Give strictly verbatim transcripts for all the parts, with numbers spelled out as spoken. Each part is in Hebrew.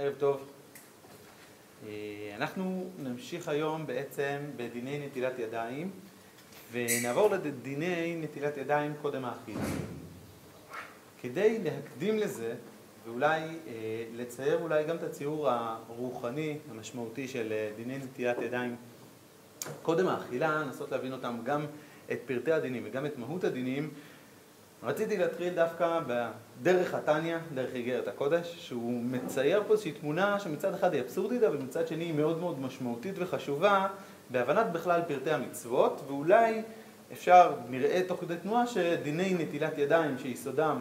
ערב טוב. אנחנו נמשיך היום בעצם בדיני נטילת ידיים, ונעבור לדיני נטילת ידיים קודם האכילה. כדי להקדים לזה, ואולי לצייר אולי גם את הציור הרוחני המשמעותי של דיני נטילת ידיים קודם האכילה, לנסות להבין אותם גם את פרטי הדינים וגם את מהות הדינים, רציתי להתחיל דווקא בדרך התניא, דרך איגרת הקודש, שהוא מצייר פה איזושהי תמונה שמצד אחד היא אבסורדית, אבל מצד שני היא מאוד מאוד משמעותית וחשובה בהבנת בכלל פרטי המצוות, ואולי אפשר, נראה תוך כדי תנועה, שדיני נטילת ידיים שיסודם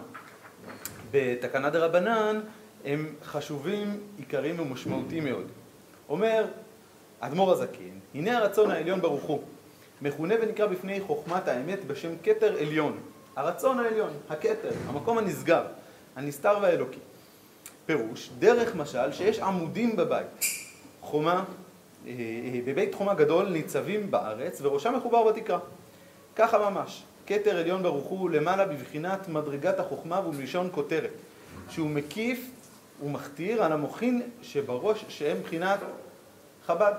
בתקנה דרבנן הם חשובים, עיקריים ומשמעותיים מאוד. אומר אדמו"ר הזקן, הנה הרצון העליון ברוך הוא, מכונה ונקרא בפני חוכמת האמת בשם כתר עליון. הרצון העליון, הכתר, המקום הנשגב, הנסתר והאלוקי. פירוש, דרך משל שיש עמודים בבית. חומה, בבית חומה גדול ניצבים בארץ וראשם מחובר בתקרה. ככה ממש, כתר עליון ברוך הוא למעלה בבחינת מדרגת החוכמה ומלשון כותרת, שהוא מקיף ומכתיר על המוחין שבראש שהם בחינת חב"ד,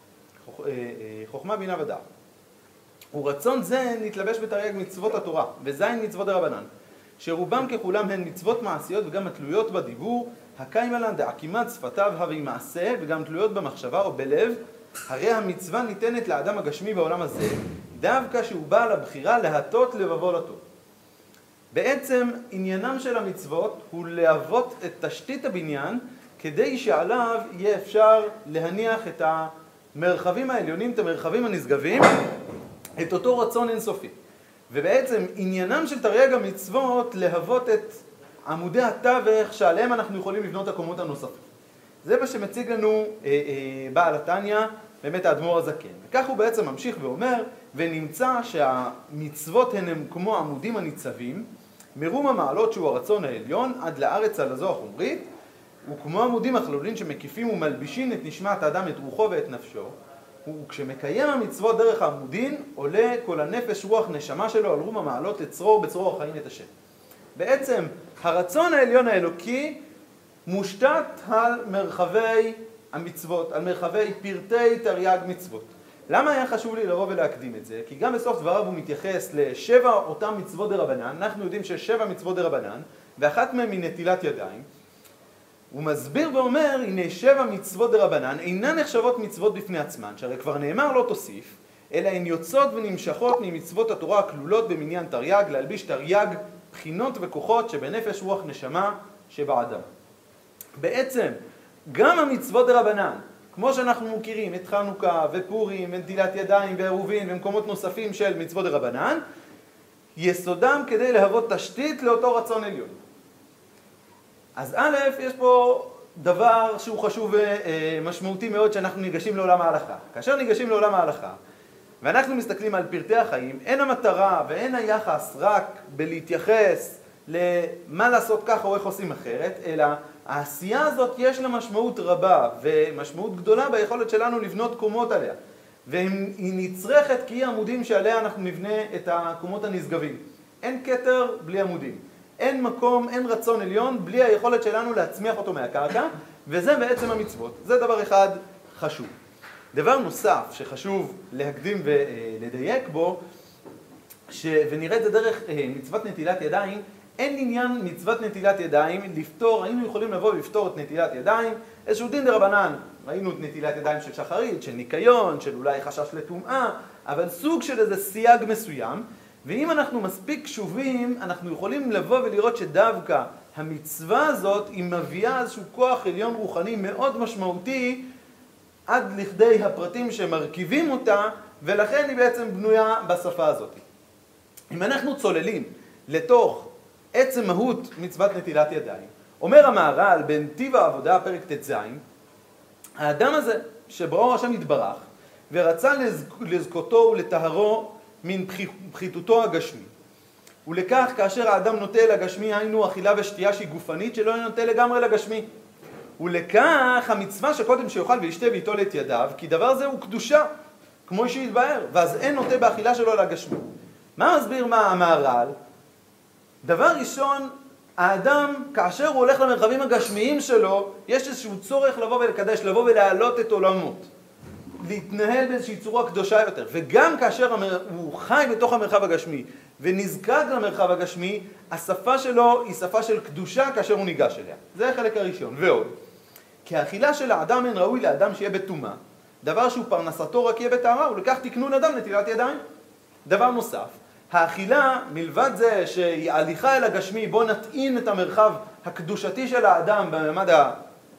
חוכמה בינה ודעת. ורצון זה נתלבש בתרי"ג מצוות התורה, וזין מצוות דרבנן, שרובם ככולם הן מצוות מעשיות וגם התלויות בדיבור, הקיימה לן דעקימת שפתיו הווי מעשה, וגם תלויות במחשבה או בלב. הרי המצווה ניתנת לאדם הגשמי בעולם הזה, דווקא שהוא בעל הבחירה להטות לבבו לטוב. בעצם עניינם של המצוות הוא להוות את תשתית הבניין, כדי שעליו יהיה אפשר להניח את המרחבים העליונים, את המרחבים הנשגבים, את אותו רצון אינסופי. ובעצם עניינם של תרי"ג המצוות להוות את עמודי התווך שעליהם אנחנו יכולים לבנות הקומות הנוספות. זה מה שמציג לנו אה, אה, בעל התניא, באמת האדמו"ר הזקן. וכך הוא בעצם ממשיך ואומר, ונמצא שהמצוות הן הם כמו עמודים הניצבים, מרום המעלות שהוא הרצון העליון עד לארץ על הזו החומרית, וכמו עמודים הכלולים שמקיפים ומלבישים את נשמת האדם, את רוחו ואת נפשו, וכשמקיים המצוות דרך העמודין, עולה כל הנפש רוח נשמה שלו על רום המעלות לצרור בצרור החיים את השם. בעצם הרצון העליון האלוקי מושתת על מרחבי המצוות, על מרחבי פרטי תרי"ג מצוות. למה היה חשוב לי לבוא ולהקדים את זה? כי גם בסוף דבריו הוא מתייחס לשבע אותם מצוות דרבנן, אנחנו יודעים ששבע מצוות דרבנן, ואחת מהן היא נטילת ידיים. הוא מסביר ואומר, הנה שבע מצוות דרבנן אינן נחשבות מצוות בפני עצמן, שהרי כבר נאמר לא תוסיף, אלא הן יוצאות ונמשכות ממצוות התורה הכלולות במניין תרי"ג, להלביש תרי"ג בחינות וכוחות שבנפש רוח נשמה שבאדם. בעצם גם המצוות דרבנן, כמו שאנחנו מכירים את חנוכה ופורים ונטילת ידיים ועירובין ומקומות נוספים של מצוות דרבנן, יסודם כדי להוות תשתית לאותו רצון עליון. אז א', יש פה דבר שהוא חשוב ומשמעותי מאוד שאנחנו ניגשים לעולם ההלכה. כאשר ניגשים לעולם ההלכה, ואנחנו מסתכלים על פרטי החיים, אין המטרה ואין היחס רק בלהתייחס למה לעשות ככה או איך עושים אחרת, אלא העשייה הזאת יש לה משמעות רבה ומשמעות גדולה ביכולת שלנו לבנות קומות עליה. והיא נצרכת כי היא עמודים שעליה אנחנו נבנה את הקומות הנשגבים. אין כתר בלי עמודים. אין מקום, אין רצון עליון, בלי היכולת שלנו להצמיח אותו מהקרקע, וזה בעצם המצוות. זה דבר אחד חשוב. דבר נוסף שחשוב להקדים ולדייק בו, ש... ונראה את זה דרך מצוות נטילת ידיים, אין עניין מצוות נטילת ידיים לפתור, היינו יכולים לבוא ולפתור את נטילת ידיים, איזשהו דין דרבנן, ראינו את נטילת ידיים של שחרית, של ניקיון, של אולי חשש לטומאה, אבל סוג של איזה סייג מסוים, ואם אנחנו מספיק קשובים, אנחנו יכולים לבוא ולראות שדווקא המצווה הזאת היא מביאה איזשהו כוח עליון רוחני מאוד משמעותי עד לכדי הפרטים שמרכיבים אותה, ולכן היא בעצם בנויה בשפה הזאת. אם אנחנו צוללים לתוך עצם מהות מצוות נטילת ידיים, אומר המהר"ל בנתיב העבודה פרק ט"ז, האדם הזה שבראו השם יתברך ורצה לזכותו ולטהרו מן פחיתותו הגשמי. ולכך כאשר האדם נוטה לגשמי, היינו אכילה ושתייה שהיא גופנית, שלא נוטה לגמרי לגשמי. ולכך המצווה שקודם שיאכל וישתה ויטול את ידיו, כי דבר זה הוא קדושה, כמו שהתבאר, ואז אין נוטה באכילה שלו לגשמי. מה מסביר מה המהר"ל? דבר ראשון, האדם, כאשר הוא הולך למרחבים הגשמיים שלו, יש איזשהו צורך לבוא ולקדש, לבוא ולהעלות את עולמות. להתנהל באיזושהי צורה קדושה יותר. וגם כאשר הוא חי בתוך המרחב הגשמי ונזקק למרחב הגשמי, השפה שלו היא שפה של קדושה כאשר הוא ניגש אליה. זה החלק הראשון. ועוד, כי האכילה של האדם אין ראוי לאדם שיהיה בטומאה. דבר שהוא פרנסתו רק יהיה בטהרה, ולכך תקנון אדם נטילת ידיים. דבר נוסף, האכילה, מלבד זה שהיא הליכה אל הגשמי, בוא נטעין את המרחב הקדושתי של האדם בממד ה...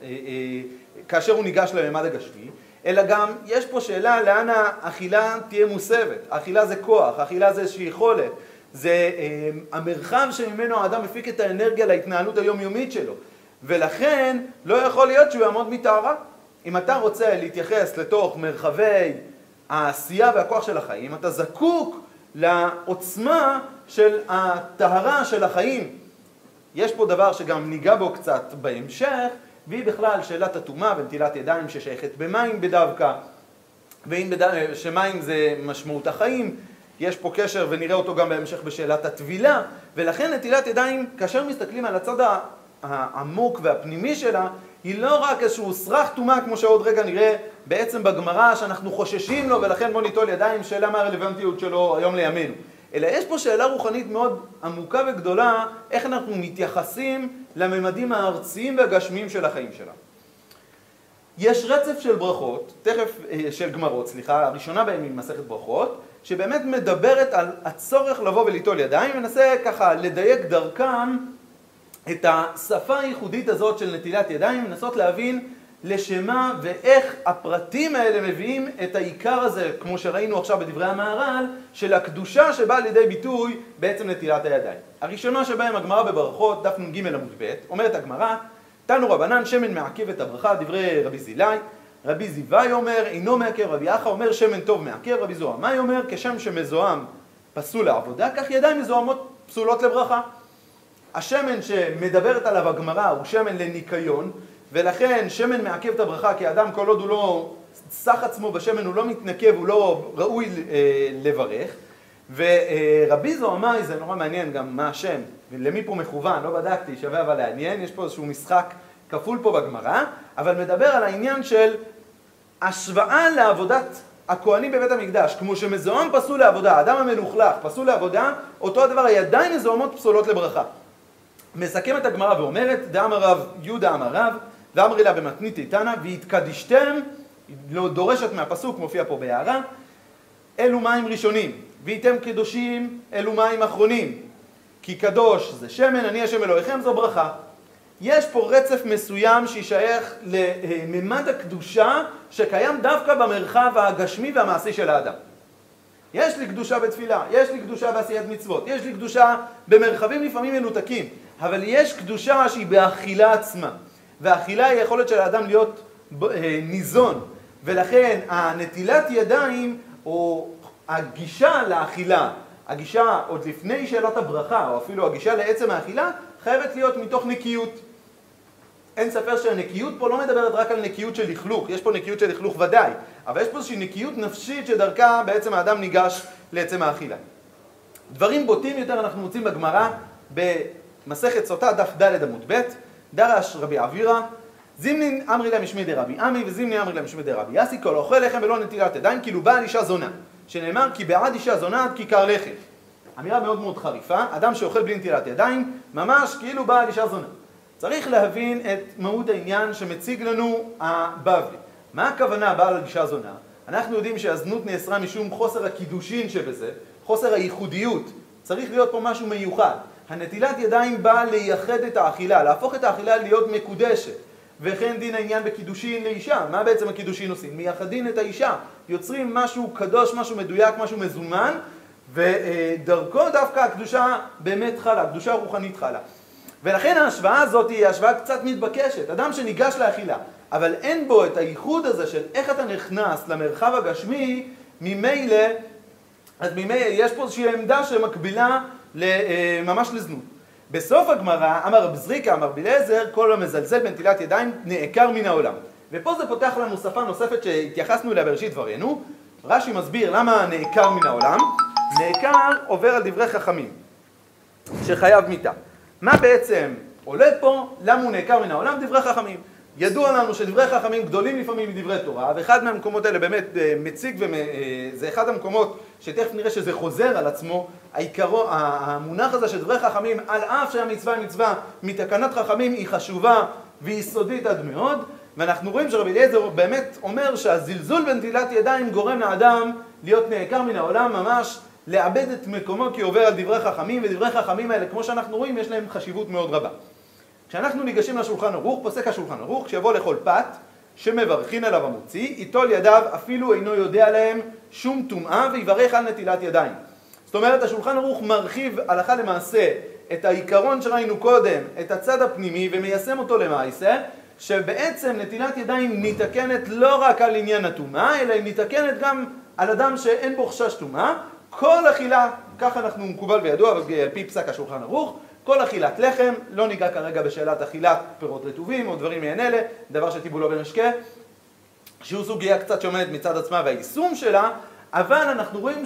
כאשר הוא ניגש לממד הגשמי, אלא גם יש פה שאלה לאן האכילה תהיה מוסבת. האכילה זה כוח, האכילה זה איזושהי יכולת, זה אה, המרחב שממנו האדם מפיק את האנרגיה להתנהלות היומיומית שלו. ולכן לא יכול להיות שהוא יעמוד מטהרה. אם אתה רוצה להתייחס לתוך מרחבי העשייה והכוח של החיים, אתה זקוק לעוצמה של הטהרה של החיים. יש פה דבר שגם ניגע בו קצת בהמשך, והיא בכלל שאלת הטומאה ונטילת ידיים ששייכת במים בדווקא, ואם בד... שמים זה משמעות החיים, יש פה קשר ונראה אותו גם בהמשך בשאלת הטבילה, ולכן נטילת ידיים, כאשר מסתכלים על הצד העמוק והפנימי שלה, היא לא רק איזשהו סרח טומאה, כמו שעוד רגע נראה בעצם בגמרא שאנחנו חוששים לו, ולכן בוא ניטול ידיים, שאלה מה הרלוונטיות שלו היום לימינו. אלא יש פה שאלה רוחנית מאוד עמוקה וגדולה, איך אנחנו מתייחסים לממדים הארציים והגשמיים של החיים שלה. יש רצף של ברכות, תכף, של גמרות, סליחה, הראשונה בהם היא מסכת ברכות, שבאמת מדברת על הצורך לבוא וליטול ידיים, וננסה ככה לדייק דרכם את השפה הייחודית הזאת של נטילת ידיים, ונסות להבין לשמה ואיך הפרטים האלה מביאים את העיקר הזה, כמו שראינו עכשיו בדברי המהר"ל, של הקדושה שבאה לידי ביטוי בעצם נטילת הידיים. הראשונה שבהם הגמרא בברכות, דף נ"ג עמוד ב', אומרת הגמרא, תנו רבנן שמן מעכב את הברכה, דברי רבי זילי, רבי זיוואי אומר, אינו מעכב, רבי אחא אומר שמן טוב מעכב, רבי זוהמאי אומר, כשם שמזוהם פסול לעבודה, כך ידיים מזוהמות פסולות לברכה. השמן שמדברת עליו הגמרא הוא שמן לניקיון, ולכן שמן מעכב את הברכה, כי האדם כל עוד הוא לא סח עצמו בשמן, הוא לא מתנקב, הוא לא ראוי אה, לברך. ורבי זוהמאי, זה נורא מעניין גם מה השם, ולמי פה מכוון, לא בדקתי, שווה אבל לעניין, יש פה איזשהו משחק כפול פה בגמרא, אבל מדבר על העניין של השוואה לעבודת הכהנים בבית המקדש, כמו שמזוהם פסול לעבודה, האדם המלוכלך פסול לעבודה, אותו הדבר הידיים מזוהמות פסולות לברכה. מסכם את הגמרא ואומרת, דאמר רב יהודה אמר רב, ואמרי לה במתנית איתנה, והתקדישתם, לא דורשת מהפסוק, מופיע פה בהערה, אלו מים ראשונים, והייתם קדושים, אלו מים אחרונים, כי קדוש זה שמן, אני השם אלוהיכם, זו ברכה. יש פה רצף מסוים שישייך לממד הקדושה, שקיים דווקא במרחב הגשמי והמעשי של האדם. יש לי קדושה בתפילה, יש לי קדושה בעשיית מצוות, יש לי קדושה במרחבים לפעמים מנותקים, אבל יש קדושה שהיא באכילה עצמה. והאכילה היא יכולת של האדם להיות ניזון, ולכן הנטילת ידיים או הגישה לאכילה, הגישה עוד לפני שאלת הברכה, או אפילו הגישה לעצם האכילה, חייבת להיות מתוך נקיות. אין ספר שהנקיות פה לא מדברת רק על נקיות של לכלוך, יש פה נקיות של לכלוך ודאי, אבל יש פה איזושהי נקיות נפשית שדרכה בעצם האדם ניגש לעצם האכילה. דברים בוטים יותר אנחנו מוצאים בגמרא במסכת סוטה דף ד' עמוד ב', דרש רבי אבירה, זימנין אמרי להם משמי דרבי עמי וזימנין אמרי להם משמי דרבי יאסי, כל אוכל לחם ולא נטילת ידיים, כאילו בעל אישה זונה, שנאמר כי בעד אישה זונה עד כיכר לחם. אמירה מאוד מאוד חריפה, אדם שאוכל בלי נטילת ידיים, ממש כאילו בעל אישה זונה. צריך להבין את מהות העניין שמציג לנו הבבלי. מה הכוונה בעל אישה זונה? אנחנו יודעים שהזנות נאסרה משום חוסר הקידושין שבזה, חוסר הייחודיות. צריך להיות פה משהו מיוחד. הנטילת ידיים באה לייחד את האכילה, להפוך את האכילה להיות מקודשת. וכן דין העניין בקידושין לאישה. מה בעצם הקידושין עושים? מייחדין את האישה. יוצרים משהו קדוש, משהו מדויק, משהו מזומן, ודרכו דווקא הקדושה באמת חלה, הקדושה הרוחנית חלה. ולכן ההשוואה הזאת היא השוואה קצת מתבקשת. אדם שניגש לאכילה, אבל אין בו את הייחוד הזה של איך אתה נכנס למרחב הגשמי, ממילא, אז ממילא יש פה איזושהי עמדה שמקבילה ממש לזנות. בסוף הגמרא, אמר רב זריקה, אמר רבי אליעזר, כל המזלזל בנטילת ידיים נעקר מן העולם. ופה זה פותח לנו שפה נוספת שהתייחסנו אליה בראשית דברינו. רש"י מסביר למה נעקר מן העולם. נעקר עובר על דברי חכמים, שחייב מיתה. מה בעצם עולה פה? למה הוא נעקר מן העולם? דברי חכמים. ידוע לנו שדברי חכמים גדולים לפעמים מדברי תורה, ואחד מהמקומות האלה באמת מציג, וזה אחד המקומות שתכף נראה שזה חוזר על עצמו, העיקרו, המונח הזה של דברי חכמים, על אף שהמצווה היא מצווה מתקנת חכמים, היא חשובה והיא סודית עד מאוד, ואנחנו רואים שרבי אליעזר באמת אומר שהזלזול בנטילת ידיים גורם לאדם להיות נעקר מן העולם, ממש לאבד את מקומו כי עובר על דברי חכמים, ודברי חכמים האלה, כמו שאנחנו רואים, יש להם חשיבות מאוד רבה. כשאנחנו ניגשים לשולחן ערוך, פוסק השולחן ערוך, כשיבוא לאכול פת, שמברכין עליו המוציא, ייטול ידיו אפילו אינו יודע להם שום טומאה, ויברך על נטילת ידיים. זאת אומרת, השולחן ערוך מרחיב הלכה למעשה את העיקרון שראינו קודם, את הצד הפנימי, ומיישם אותו למעשה, שבעצם נטילת ידיים ניתקנת לא רק על עניין הטומאה, אלא היא ניתקנת גם על אדם שאין בו חשש טומאה. כל אכילה, ככה אנחנו מקובל וידוע על פי פסק השולחן ערוך, כל אכילת לחם, לא ניגע כרגע בשאלת אכילת פירות רטובים או דברים מעין אלה, דבר שטיבולו במשקה, שהוא סוגיה קצת שעומדת מצד עצמה והיישום שלה, אבל אנחנו רואים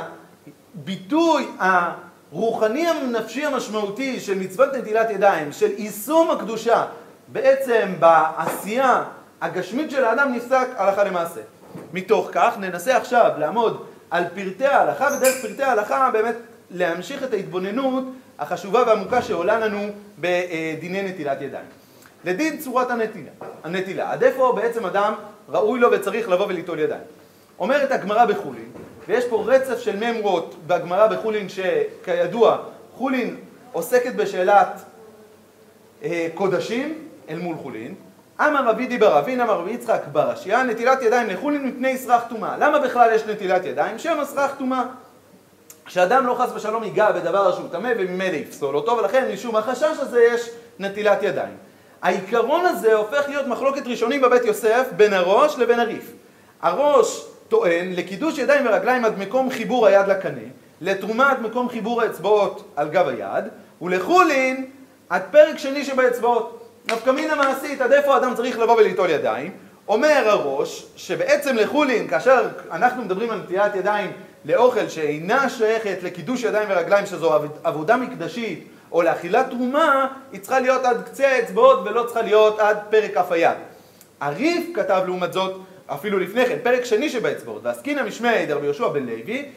שהביטוי הרוחני הנפשי המשמעותי של מצוות נטילת ידיים, של יישום הקדושה, בעצם בעשייה הגשמית של האדם נפסק הלכה למעשה. מתוך כך ננסה עכשיו לעמוד על פרטי ההלכה, ודרך פרטי ההלכה באמת להמשיך את ההתבוננות החשובה והעמוקה שעולה לנו בדיני נטילת ידיים. לדין צורת הנטילה, הנטילה, עד איפה בעצם אדם ראוי לו וצריך לבוא וליטול ידיים. אומרת הגמרא בחולין, ויש פה רצף של ממרות בגמרא בחולין שכידוע, חולין עוסקת בשאלת אה, קודשים אל מול חולין. אמר רבי דיבר אבין, אמר רבי יצחק ברשיה, נטילת ידיים לחולין מפני ישרח טומאה. למה בכלל יש נטילת ידיים? שם ישרח טומאה. כשאדם לא חס ושלום ייגע בדבר שהוא טמא וממילא יפסול אותו, ולכן משום החשש הזה יש נטילת ידיים. העיקרון הזה הופך להיות מחלוקת ראשונים בבית יוסף בין הראש לבין הריף. הראש טוען לקידוש ידיים ורגליים עד מקום חיבור היד לקנה, לתרומה עד מקום חיבור האצבעות על גב היד, ולחולין עד פרק שני שבאצבעות. נפקא מינה מעשית, עד איפה האדם צריך לבוא וליטול ידיים? אומר הראש שבעצם לחולין, כאשר אנחנו מדברים על נטילת ידיים לאוכל שאינה שייכת לקידוש ידיים ורגליים, שזו עבודה מקדשית, או לאכילת תרומה, היא צריכה להיות עד קצה האצבעות ולא צריכה להיות עד פרק כף היד. הריף כתב לעומת זאת, אפילו לפני כן, פרק שני שבאצבעות, ועסקינא משמעי דרבי יהושע בן לוי,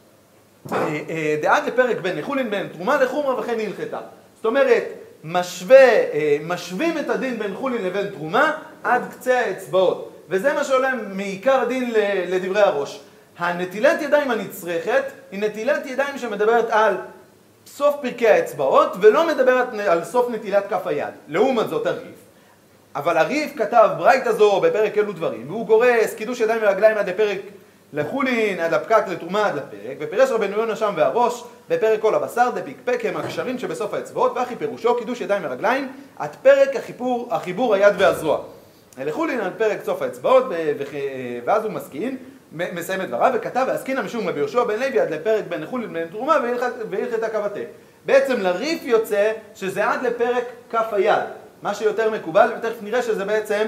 דאג לפרק בין לחולין בין תרומה לחומרה וכן הלכתה. זאת אומרת, משווה, משווים את הדין בין חולין לבין תרומה עד קצה האצבעות. וזה מה שעולה מעיקר הדין לדברי הראש. הנטילת ידיים הנצרכת היא נטילת ידיים שמדברת על סוף פרקי האצבעות ולא מדברת על סוף נטילת כף היד. לעומת זאת הריף. אבל הריף כתב ברייתא זו בפרק אלו דברים, והוא גורס קידוש ידיים ורגליים עד לפרק לחולין, עד לפקק, לתרומה עד לפרק, ופירש רבנו יונה שם והראש בפרק כל הבשר דפיקפק הם הקשרים שבסוף האצבעות, ואחי פירושו קידוש ידיים ורגליים עד פרק החיבור, החיבור היד והזרוע. לחולין עד פרק סוף האצבעות, ואז הוא מסכין, מסיים את דבריו, וכתב ועסקינא משום רבי יהושע בן לוי עד לפרק בין לחולין בין תרומה והלכתה כף התה. בעצם לריף יוצא שזה עד לפרק כף היד, מה שיותר מקובל, ותכף נראה שזה בעצם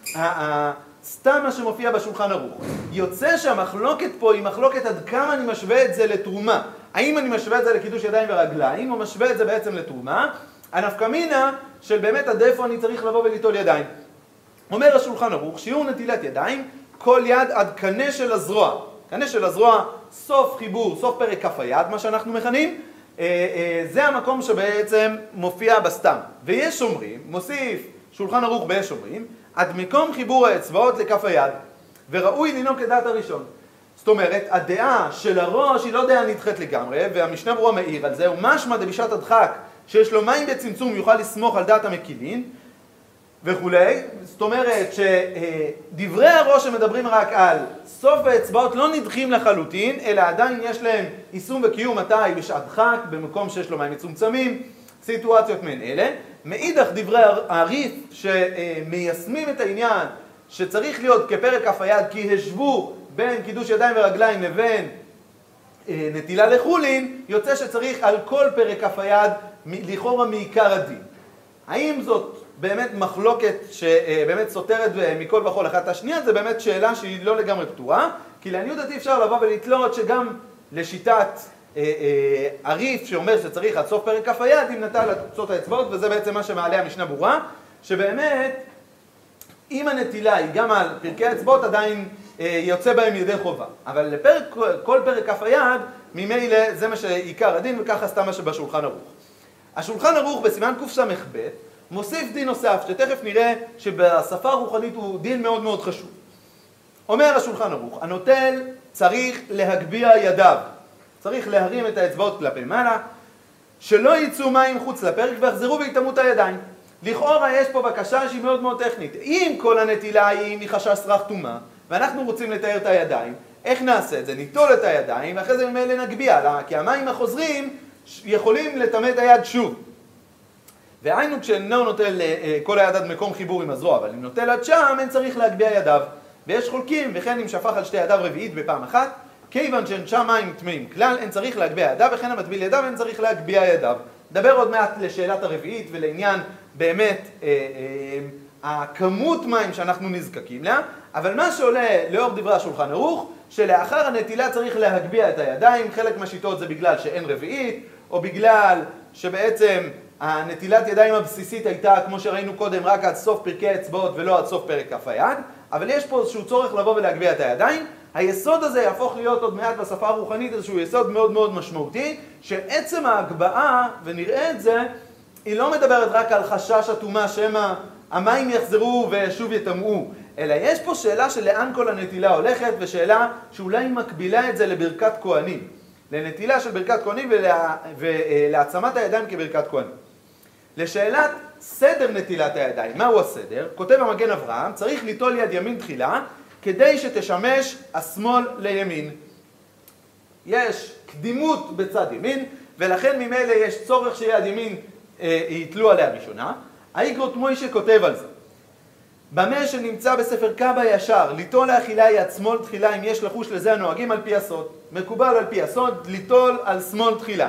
סתם מה שמופיע בשולחן ערוך. יוצא שהמחלוקת פה היא מחלוקת עד כמה אני משווה את זה לתרומה. האם אני משווה את זה לקידוש ידיים ורגליים, או משווה את זה בעצם לתרומה? הנפקא מינה של באמת עד איפה אני צריך לבוא וליטול ידיים. אומר השולחן ערוך, שיעור נטילת ידיים, כל יד עד קנה של הזרוע. קנה של הזרוע, סוף חיבור, סוף פרק כף היד, מה שאנחנו מכנים. זה המקום שבעצם מופיע בסתם. ויש אומרים, מוסיף שולחן ערוך ביש אומרים, עד מקום חיבור האצבעות לכף היד, וראוי לנהוג כדעת הראשון. זאת אומרת, הדעה של הראש היא לא דעה נדחית לגמרי, והמשנה ברורה מעיר על זה, ומשמע דבשעת הדחק, שיש לו מים בצמצום יוכל לסמוך על דעת המקילין, וכולי. זאת אומרת שדברי הראש שמדברים רק על סוף האצבעות לא נדחים לחלוטין, אלא עדיין יש להם יישום וקיום מתי בשעת דחק, במקום שיש לו מים מצומצמים, סיטואציות מעין אלה. מאידך דברי הריף שמיישמים את העניין שצריך להיות כפרק כף היד, כי השוו בין קידוש ידיים ורגליים לבין נטילה לחולין, יוצא שצריך על כל פרק כף היד לכאורה מעיקר הדין. האם זאת באמת מחלוקת שבאמת סותרת מכל וכל אחת השנייה? זה באמת שאלה שהיא לא לגמרי פתורה, כי לעניות דעתי אפשר לבוא ולתלות שגם לשיטת עריף שאומר שצריך עד סוף פרק כף היד עם נטל קצות האצבעות, וזה בעצם מה שמעלה המשנה ברורה, שבאמת אם הנטילה היא גם על פרקי האצבעות עדיין יוצא בהם ידי חובה, אבל לפרק, כל פרק כף היד ממילא זה מה שעיקר הדין, וככה סתם מה שבשולחן ערוך. השולחן ערוך בסימן קס"ב מוסיף דין נוסף שתכף נראה שבשפה הרוחנית הוא דין מאוד מאוד חשוב. אומר השולחן ערוך, הנוטל צריך להגביה ידיו, צריך להרים את האצבעות כלפי מעלה, שלא יצאו מים חוץ לפרק ויחזרו ויטמאו את הידיים. לכאורה יש פה בקשה שהיא מאוד מאוד טכנית. אם כל הנטילה היא מחשש סרח טומאה, ואנחנו רוצים לתאר את הידיים, איך נעשה את זה? ניטול את הידיים, ואחרי זה ממילא נגביה, לה, כי המים החוזרים יכולים לטמא את היד שוב. והיינו כשאינו נוטל כל היד עד מקום חיבור עם הזרוע, אבל אם נוטל עד שם, אין צריך להגביה ידיו. ויש חולקים, וכן אם שפך על שתי ידיו רביעית בפעם אחת, כיוון שאין שם מים טמאים כלל, אין צריך להגביה ידיו, וכן המטביל ידיו, אין צריך להגביה ידיו. נדבר עוד מעט לשאלת הרביעית ולעניין באמת אה, אה, הכמות מים שאנחנו נזקקים לה, אבל מה שעולה לאור דברי השולחן ערוך, שלאחר הנטילה צריך להגביה את הידיים, חלק מהשיטות זה בגלל שאין רביעית, או בגלל שבעצם הנטילת ידיים הבסיסית הייתה, כמו שראינו קודם, רק עד סוף פרקי האצבעות ולא עד סוף פרק כף היד, אבל יש פה איזשהו צורך לבוא ולהגביה את הידיים. היסוד הזה יהפוך להיות עוד מעט בשפה הרוחנית איזשהו יסוד מאוד מאוד משמעותי, שעצם ההגבהה, ונראה את זה, היא לא מדברת רק על חשש הטומאה שמא המים יחזרו ושוב יטמאו, אלא יש פה שאלה של לאן כל הנטילה הולכת, ושאלה שאולי מקבילה את זה לברכת כהנים, לנטילה של ברכת כהנים ולה, ולהעצמת הידיים כברכת כהנים. לשאלת סדר נטילת הידיים, מהו הסדר? כותב המגן אברהם, צריך ליטול יד ימין תחילה, כדי שתשמש השמאל לימין. יש קדימות בצד ימין, ולכן ממילא יש צורך שיד ימין אה, יתלו עליה ראשונה. האיגרות מוישה כותב על זה. במה שנמצא בספר קבא ישר, ליטול לאכילה יד שמאל תחילה, אם יש לחוש לזה הנוהגים על פי הסוד. מקובל על פי הסוד, ליטול על שמאל תחילה.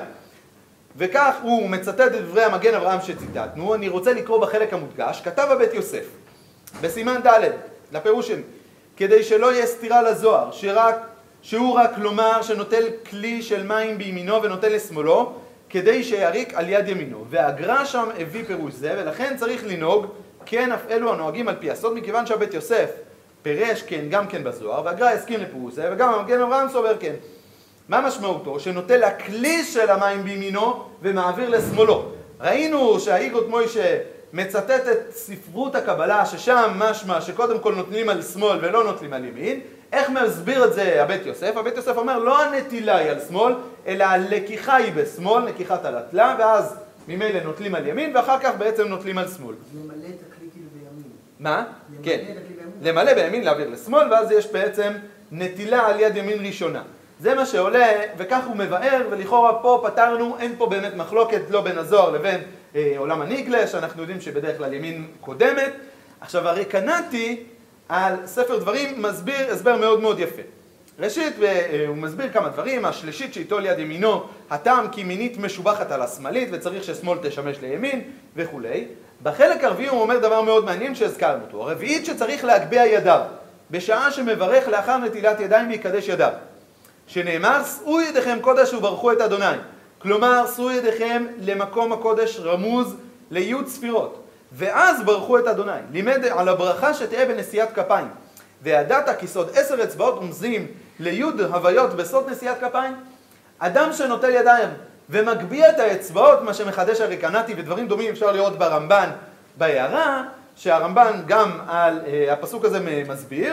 וכך הוא מצטט את דברי המגן אברהם שציטטנו. אני רוצה לקרוא בחלק המודגש, כתב הבית יוסף, בסימן ד' לפירוש שני, כדי שלא יהיה סתירה לזוהר, שרק, שהוא רק לומר שנוטל כלי של מים בימינו ונוטל לשמאלו, כדי שיריק על יד ימינו. והגר"א שם הביא פירוש זה, ולכן צריך לנהוג, כן אף אלו הנוהגים על פי הסוד, מכיוון שהבית יוסף פירש כן גם כן בזוהר, והגר"א הסכים לפירוש זה, וגם המגן אברהם סובר כן. מה משמעותו? שנוטל הכלי של המים בימינו ומעביר לשמאלו. ראינו שהאיגרות מוישה מצטט את ספרות הקבלה, ששם משמע שקודם כל נוטלים על שמאל ולא נוטלים על ימין. איך מסביר את זה הבית יוסף? הבית יוסף אומר לא הנטילה היא על שמאל, אלא הלקיחה היא בשמאל, לקיחת הלטלה, ואז ממילא נוטלים על ימין, ואחר כך בעצם נוטלים על שמאל. למלא את הכלי כאילו בימין. מה? כן. למלא בימין, להעביר לשמאל, ואז יש בעצם נטילה על יד ימין ראשונה. זה מה שעולה, וכך הוא מבאר, ולכאורה פה פתרנו, אין פה באמת מחלוקת לא בין הזוהר לבין אה, עולם הניגלה, שאנחנו יודעים שבדרך כלל ימין קודמת. עכשיו, הרקנתי על ספר דברים מסביר הסבר מאוד מאוד יפה. ראשית, הוא מסביר כמה דברים, השלישית שאיתו ליד ימינו, הטעם כי מינית משובחת על השמאלית, וצריך ששמאל תשמש לימין וכו'. בחלק הרביעי הוא אומר דבר מאוד מעניין שהזכרנו אותו. הרביעית שצריך להגביה ידיו, בשעה שמברך לאחר נטילת ידיים ויקדש ידיו. שנאמר, שאו ידיכם קודש וברכו את אדוני. כלומר, שאו ידיכם למקום הקודש רמוז ליוד ספירות. ואז ברכו את אדוני. לימד על הברכה שתהיה בנשיאת כפיים. וידעת כי סוד עשר אצבעות רומזים ליוד הוויות בסוד נשיאת כפיים. אדם שנוטל ידיים ומגביה את האצבעות, מה שמחדש הרקנתי ודברים דומים אפשר לראות ברמב"ן בהערה, שהרמב"ן גם על uh, הפסוק הזה מסביר,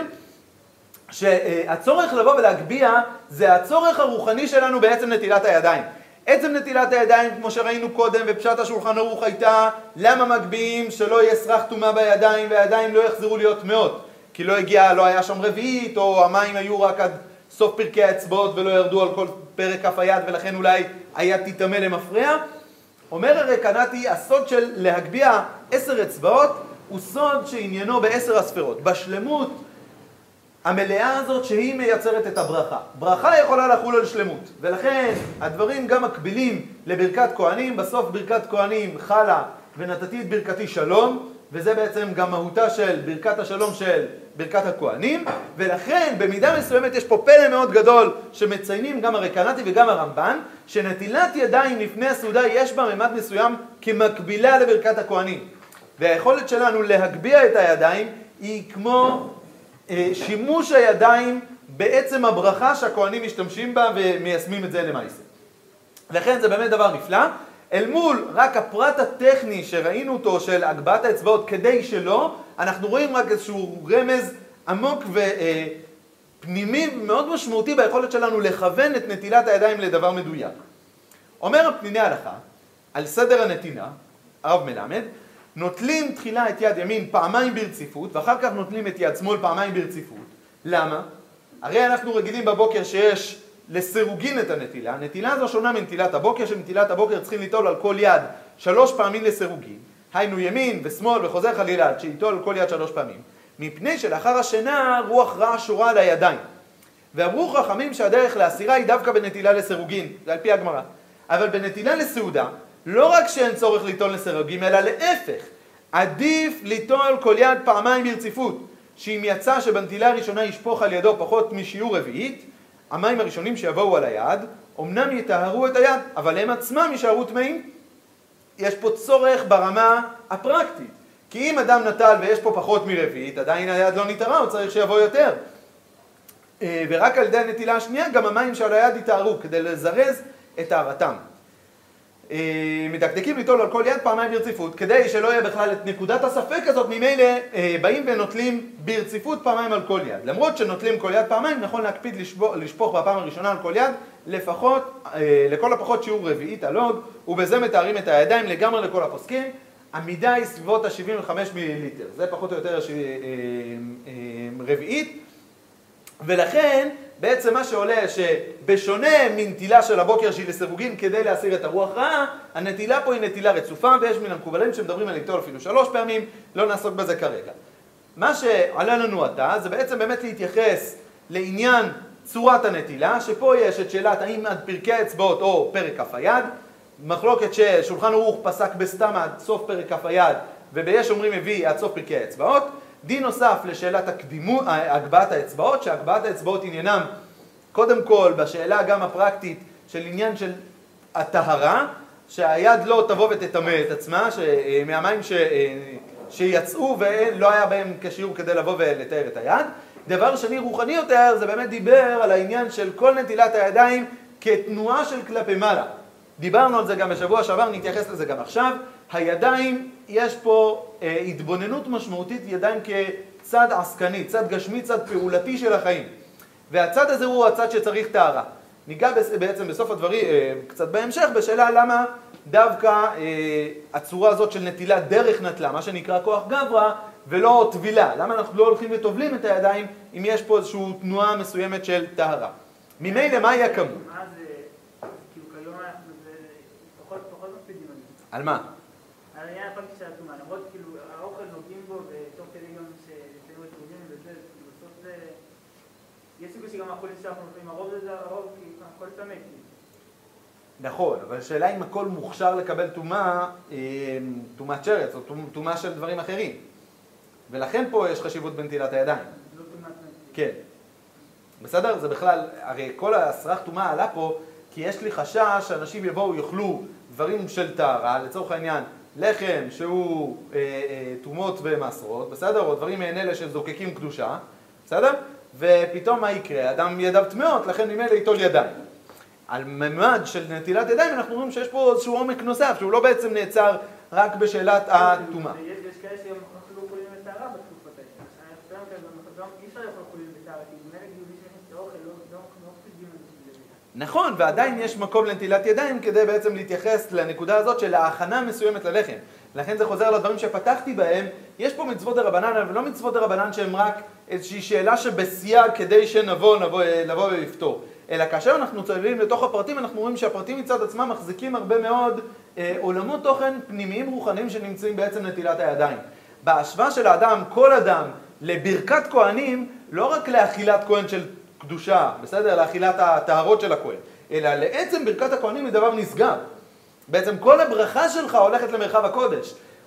שהצורך לבוא ולהגביה זה הצורך הרוחני שלנו בעצם נטילת הידיים. עצם נטילת הידיים, כמו שראינו קודם, ופשט השולחן ערוך הייתה, למה מגביהים שלא יהיה סרח טומאה בידיים, והידיים לא יחזרו להיות טמאות? כי לא הגיע, לא היה שם רביעית, או המים היו רק עד סוף פרקי האצבעות ולא ירדו על כל פרק כף היד, ולכן אולי היד תיטמא למפרע. אומר הרקנתי, הסוד של להגביה עשר אצבעות, הוא סוד שעניינו בעשר הספרות. בשלמות המלאה הזאת שהיא מייצרת את הברכה. ברכה יכולה לחול על שלמות, ולכן הדברים גם מקבילים לברכת כהנים. בסוף ברכת כהנים חלה ונתתי את ברכתי שלום, וזה בעצם גם מהותה של ברכת השלום של ברכת הכהנים, ולכן במידה מסוימת יש פה פלא מאוד גדול שמציינים גם הרקנטי וגם הרמב"ן, שנטילת ידיים לפני הסעודה יש בה ממד מסוים כמקבילה לברכת הכהנים. והיכולת שלנו להגביה את הידיים היא כמו אה, שימוש הידיים בעצם הברכה שהכהנים משתמשים בה ומיישמים את זה למעשה. לכן זה באמת דבר נפלא. אל מול רק הפרט הטכני שראינו אותו של הגבהת האצבעות כדי שלא, אנחנו רואים רק איזשהו רמז עמוק ופנימי מאוד משמעותי ביכולת שלנו לכוון את נטילת הידיים לדבר מדויק. אומר פניני הלכה, על סדר הנתינה, הרב מלמד, נוטלים תחילה את יד ימין פעמיים ברציפות, ואחר כך נוטלים את יד שמאל פעמיים ברציפות. למה? הרי אנחנו רגילים בבוקר שיש לסירוגין את הנטילה. הנטילה הזו שונה מנטילת הבוקר, שנטילת הבוקר צריכים ליטול על כל יד שלוש פעמים לסירוגין. היינו ימין ושמאל וחוזר חלילה, שיטול על כל יד שלוש פעמים. מפני שלאחר השינה רוח רעה שורה על הידיים. ואמרו חכמים שהדרך להסירה היא דווקא בנטילה לסירוגין, זה על פי הגמרא. אבל בנטילה לסעודה, לא רק שאין צורך ליטול לסירוגין, אלא להפך. עדיף ליטול כל יד פעמיים ברציפות, שאם יצא שבנטילה הראשונה ישפוך על ידו פחות משיעור רביעית, המים הראשונים שיבואו על היד, אמנם יטהרו את היד, אבל הם עצמם יישארו טמאים. יש פה צורך ברמה הפרקטית. כי אם אדם נטל ויש פה פחות מרביעית, עדיין היד לא נטהרה, הוא צריך שיבוא יותר. ורק על ידי הנטילה השנייה, גם המים שעל היד יטהרו, כדי לזרז את טהרתם. מדקדקים ליטול על כל יד פעמיים ברציפות, כדי שלא יהיה בכלל את נקודת הספק הזאת, ממילא באים ונוטלים ברציפות פעמיים על כל יד. למרות שנוטלים כל יד פעמיים, נכון להקפיד לשפוך, לשפוך בפעם הראשונה על כל יד, לפחות, לכל הפחות שיעור רביעית הלוג, ובזה מתארים את הידיים לגמרי לכל הפוסקים. המידה היא סביבות ה-שבעים וחמישה מיליליטר, זה פחות או יותר רביעית, ולכן בעצם מה שעולה שבשונה מנטילה של הבוקר שהיא לסירוגין כדי להסיר את הרוח רעה, הנטילה פה היא נטילה רצופה, ויש מן המקובלים שמדברים על ליטול אפילו שלוש פעמים, לא נעסוק בזה כרגע. מה שעלה לנו עתה זה בעצם באמת להתייחס לעניין צורת הנטילה, שפה יש את שאלת האם עד פרקי האצבעות או פרק כף היד, מחלוקת ששולחן ערוך פסק בסתם עד סוף פרק כף היד, וביש אומרים מביא עד סוף פרקי האצבעות. דין נוסף לשאלת הקדימות, הגבהת האצבעות, שהגבהת האצבעות עניינם קודם כל בשאלה גם הפרקטית של עניין של הטהרה, שהיד לא תבוא ותטמא את עצמה, מהמים ש... שיצאו ולא היה בהם כשיעור כדי לבוא ולתאר את היד. דבר שני רוחני יותר זה באמת דיבר על העניין של כל נטילת הידיים כתנועה של כלפי מעלה. דיברנו על זה גם בשבוע שעבר, נתייחס לזה גם עכשיו. הידיים, יש פה אה, התבוננות משמעותית, ידיים כצד עסקני, צד גשמי, צד פעולתי של החיים. והצד הזה הוא הצד שצריך טהרה. ניגע בעצם בסוף הדברים, אה, קצת בהמשך, בשאלה למה דווקא אה, הצורה הזאת של נטילה דרך נטלה, מה שנקרא כוח גברא, ולא טבילה. למה אנחנו לא הולכים וטובלים את הידיים אם יש פה איזושהי תנועה מסוימת של טהרה. ממילא מה יהיה כמות? על מה? על העניין הפרקטי של הטומאה, למרות כאילו האוכל נוגעים בו ותוך כדי גם שתראו את רוגים וזה, בסוף זה... יש סיכוי שגם החולים שאנחנו נותנים, הרוב זה הרוב, כי הכל תמת. נכון, אבל השאלה אם הכל מוכשר לקבל טומאה, טומאת שרץ או טומאה של דברים אחרים. ולכן פה יש חשיבות בנטילת הידיים. לא טומאת נטילת. כן. בסדר? זה בכלל, הרי כל הסרח טומאה עלה פה, כי יש לי חשש שאנשים יבואו יאכלו דברים של טהרה, לצורך העניין, לחם שהוא אה, אה, תומות ומסרות, בסדר? או דברים מעין אלה שזוקקים קדושה, בסדר? ופתאום מה יקרה? אדם ידיו טמאות, לכן ממילא ליטול ידיים. על ממד של נטילת ידיים אנחנו רואים שיש פה איזשהו עומק נוסף, שהוא לא בעצם נעצר רק בשאלת הטומאה. יש כאלה שהם אכלו חולים לטהרה בתקופות האלה. אי אפשר לאכול חולים לטהרה, כי ממילא גיולי שנכנס לאוכל, לא חושבים על זה. נכון, ועדיין יש מקום לנטילת ידיים כדי בעצם להתייחס לנקודה הזאת של ההכנה מסוימת ללחם. לכן זה חוזר לדברים שפתחתי בהם. יש פה מצוות דרבנן, אבל לא מצוות דרבנן שהם רק איזושהי שאלה שבסייג כדי שנבוא נבוא, לבוא ולפתור. אלא כאשר אנחנו צוללים לתוך הפרטים, אנחנו רואים שהפרטים מצד עצמם מחזיקים הרבה מאוד אה, עולמות תוכן פנימיים רוחניים שנמצאים בעצם נטילת הידיים. בהשוואה של האדם, כל אדם, לברכת כהנים, לא רק לאכילת כהן של קדושה, בסדר? לאכילת הטהרות של הכהן, אלא לעצם ברכת הכהנים היא דבר נסגר. בעצם כל הברכה שלך הולכת למרחב הקודש.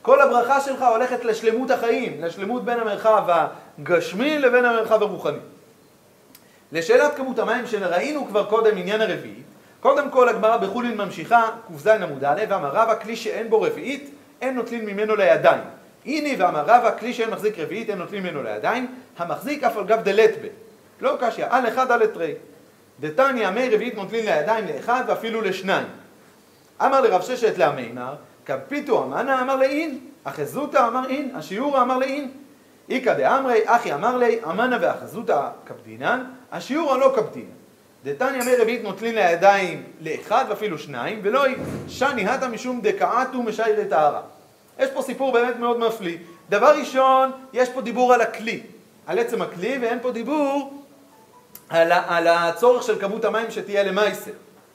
כל הברכה שלך הולכת לשלמות החיים, לשלמות בין המרחב הגשמי לבין המרחב הרוחני. לשאלת כמות המים שראינו כבר קודם עניין הרביעית, קודם כל הגמרא בחולין ממשיכה, ק"ז עמוד א', ואמר רבא כלי שאין בו רביעית, אין נוטלין ממנו לידיים. הנה ואמר רבא כלי שאין מחזיק רביעית, אין נוטלין ממנו לידיים, המחזיק אף על גב דלת ב. לא קשיא, על אחד על תרי. דתניא מי רביעית נוטלין לידיים לאחד ואפילו לשניים. אמר לרב ששת להמימר, כפיתו אמנה אמר לאין, אחזותא אמר אין, השיעור אמר לאין. איקא דאמרי, אחי אמר לי, אמנה ואחזותא קפדינן, השיעור הלא קפדינן. דתניא מי רביעית נוטלין לידיים לאחד ואפילו שניים, ולא שני הטה משום דקעתו משיירי טהרה. יש פה סיפור באמת מאוד מפליא. דבר ראשון, יש פה דיבור על הכלי, על עצם הכלי, ואין פה דיבור על, על הצורך של כמות המים שתהיה למעשר.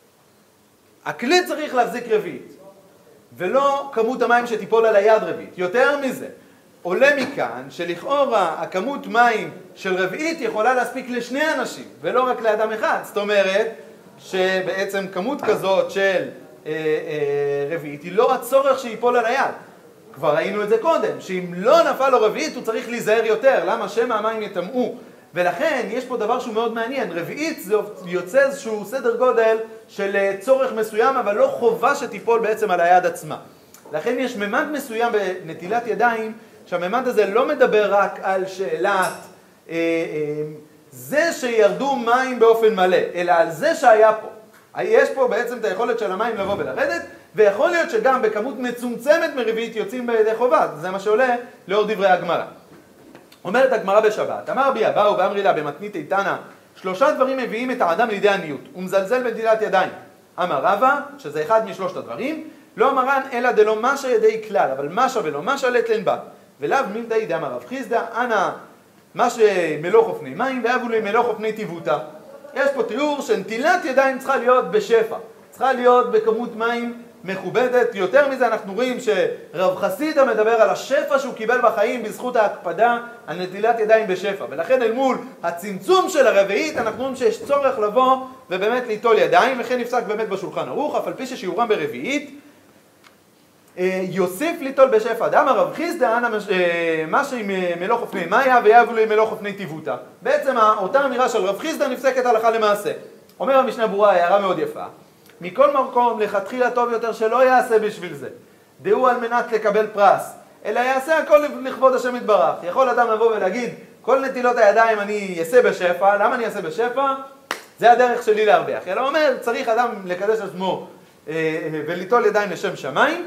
הכלי צריך להחזיק רביעית, ולא כמות המים שתיפול על היד רביעית. יותר מזה, עולה מכאן שלכאורה הכמות מים של רביעית יכולה להספיק לשני אנשים, ולא רק לאדם אחד. זאת אומרת שבעצם כמות כזאת של אה, אה, רביעית היא לא הצורך שיפול על היד. כבר ראינו את זה קודם, שאם לא נפל לו רביעית הוא צריך להיזהר יותר. למה? שמא המים יטמאו. ולכן יש פה דבר שהוא מאוד מעניין. רביעית זה יוצא איזשהו סדר גודל של צורך מסוים, אבל לא חובה שתיפול בעצם על היד עצמה. לכן יש ממד מסוים בנטילת ידיים, שהממד הזה לא מדבר רק על שאלת אה, אה, זה שירדו מים באופן מלא, אלא על זה שהיה פה. יש פה בעצם את היכולת של המים לבוא ולרדת, ויכול להיות שגם בכמות מצומצמת מרביעית יוצאים בידי חובה. זה מה שעולה לאור דברי הגמרא. אומרת הגמרא בשבת, אמר רבי אבאו ואמרי לה במתנית איתנה, שלושה דברים מביאים את האדם לידי עניות, הוא מזלזל בנטילת ידיים. אמר רבא, שזה אחד משלושת הדברים, לא אמרן אלא דלא משה ידי כלל, אבל משה ולא משה לטלן בה. ולאו מילתא דאמר רב חיסדא, אנא משה מלוך אופני מים ואבו לי מלוך אופני טיבותא. יש פה תיאור שנטילת ידיים צריכה להיות בשפע, צריכה להיות בכמות מים מכובדת. יותר מזה אנחנו רואים שרב חסידא מדבר על השפע שהוא קיבל בחיים בזכות ההקפדה על נטילת ידיים בשפע, ולכן אל מול הצמצום של הרביעית אנחנו רואים שיש צורך לבוא ובאמת ליטול ידיים, וכן נפסק באמת בשולחן ערוך, אף על פי ששיעורם ברביעית יוסיף ליטול בשפע. דאמר רב חיסדא אנא משה מלוך אופני מאיה ויאבו לי מלוך אופני טיבותא. בעצם אותה אמירה של רב חיסדא נפסקת הלכה למעשה. אומר המשנה ברורה הערה מאוד יפה, מכל מקום לכתחילה טוב יותר שלא יעשה בשביל זה, דהו על מנת לקבל פרס, אלא יעשה הכל לכבוד השם יתברך. יכול אדם לבוא ולהגיד, כל נטילות הידיים אני אעשה בשפע. למה אני אעשה בשפע? זה הדרך שלי להרוויח. אלא אומר, צריך אדם לקדש עצמו וליטול ידיים לשם שמיים,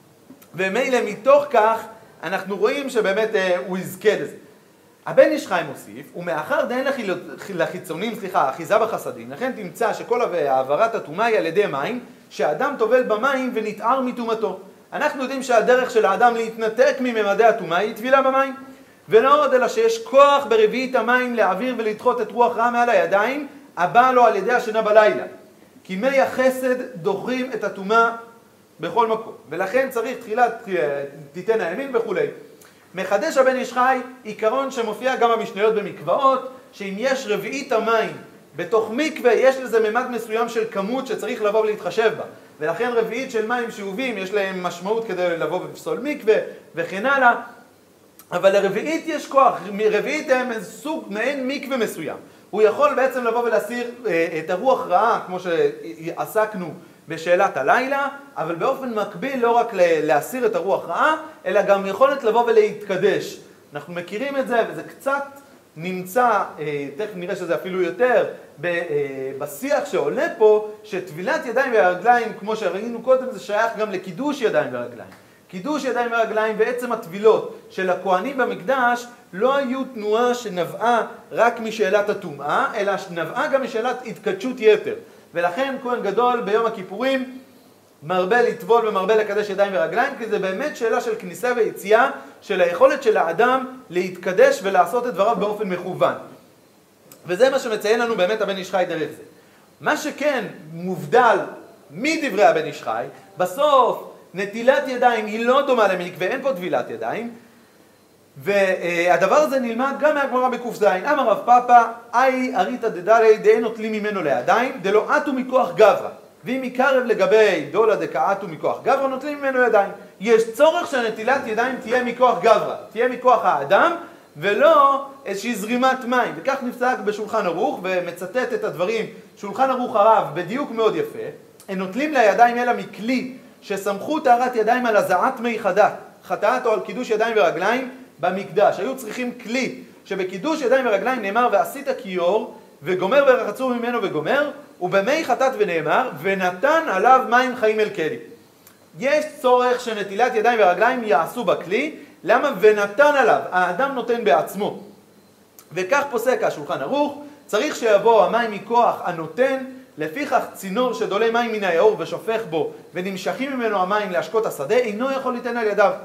ומילא מתוך כך אנחנו רואים שבאמת הוא יזכה לזה. הבן איש חי מוסיף, ומאחר דאין לחיצונים, סליחה, אחיזה בחסדים, לכן תמצא שכל העברת הטומאה היא על ידי מים, שהאדם טובל במים ונתער מטומאתו. אנחנו יודעים שהדרך של האדם להתנתק מממדי הטומאה היא טבילה במים, ולא עוד אלא שיש כוח ברביעית המים להעביר ולדחות את רוח רע מעל הידיים, הבא לו על ידי השינה בלילה. כי מי החסד דוחים את הטומאה בכל מקום, ולכן צריך תחילת תיתן הימין וכולי. מחדש הבן איש חי עיקרון שמופיע גם במשניות במקוואות, שאם יש רביעית המים בתוך מקווה, יש לזה ממד מסוים של כמות שצריך לבוא ולהתחשב בה, ולכן רביעית של מים שאובים יש להם משמעות כדי לבוא ולפסול מקווה וכן הלאה. אבל לרביעית יש כוח, רביעית הם סוג מעין מקווה מסוים, הוא יכול בעצם לבוא ולהסיר את הרוח רעה כמו שעסקנו בשאלת הלילה, אבל באופן מקביל לא רק להסיר את הרוח רעה, אלא גם יכולת לבוא ולהתקדש. אנחנו מכירים את זה, וזה קצת נמצא, תכף נראה שזה אפילו יותר, בשיח שעולה פה, שטבילת ידיים ורגליים, כמו שראינו קודם, זה שייך גם לקידוש ידיים ורגליים. קידוש ידיים ורגליים בעצם הטבילות של הכהנים במקדש לא היו תנועה שנבעה רק משאלת הטומאה, אלא נבעה גם משאלת התקדשות יתר. ולכן כהן גדול ביום הכיפורים מרבה לטבול ומרבה לקדש ידיים ורגליים, כי זה באמת שאלה של כניסה ויציאה, של היכולת של האדם להתקדש ולעשות את דבריו באופן מכוון. וזה מה שמציין לנו באמת הבן איש חי דרך זה. מה שכן מובדל מדברי הבן איש חי, בסוף נטילת ידיים היא לא דומה למקווה, אין פה טבילת ידיים, והדבר הזה נלמד גם מהגמרא בקוף זין. אמר רב פאפא, אי אריתא דדלי דאין נוטלים ממנו לידיים, דלא עטו מכוח גברא. ואם מקרב לגבי דולה דקעטו מכוח גברא, נוטלים ממנו ידיים. יש צורך שנטילת ידיים תהיה מכוח גברא, תהיה מכוח האדם, ולא איזושהי זרימת מים. וכך נפסק בשולחן ערוך, ומצטט את הדברים, שולחן ערוך הרב בדיוק מאוד יפה, הם נוטלים לידיים אלא מכלי שסמכו טהרת ידיים על הזעת מי חטאת, חטאת או על קידוש ידיים ורגליים במקדש. היו צריכים כלי שבקידוש ידיים ורגליים נאמר ועשית כיור וגומר ורחצו ממנו וגומר, ובמי חטאת ונאמר ונתן עליו מים חיים אל כלי. יש צורך שנטילת ידיים ורגליים יעשו בכלי. למה? ונתן עליו, האדם נותן בעצמו. וכך פוסק השולחן ערוך, צריך שיבוא המים מכוח הנותן, לפיכך צינור שדולה מים מן היאור ושופך בו ונמשכים ממנו המים להשקות השדה, אינו יכול ליתן על ידיו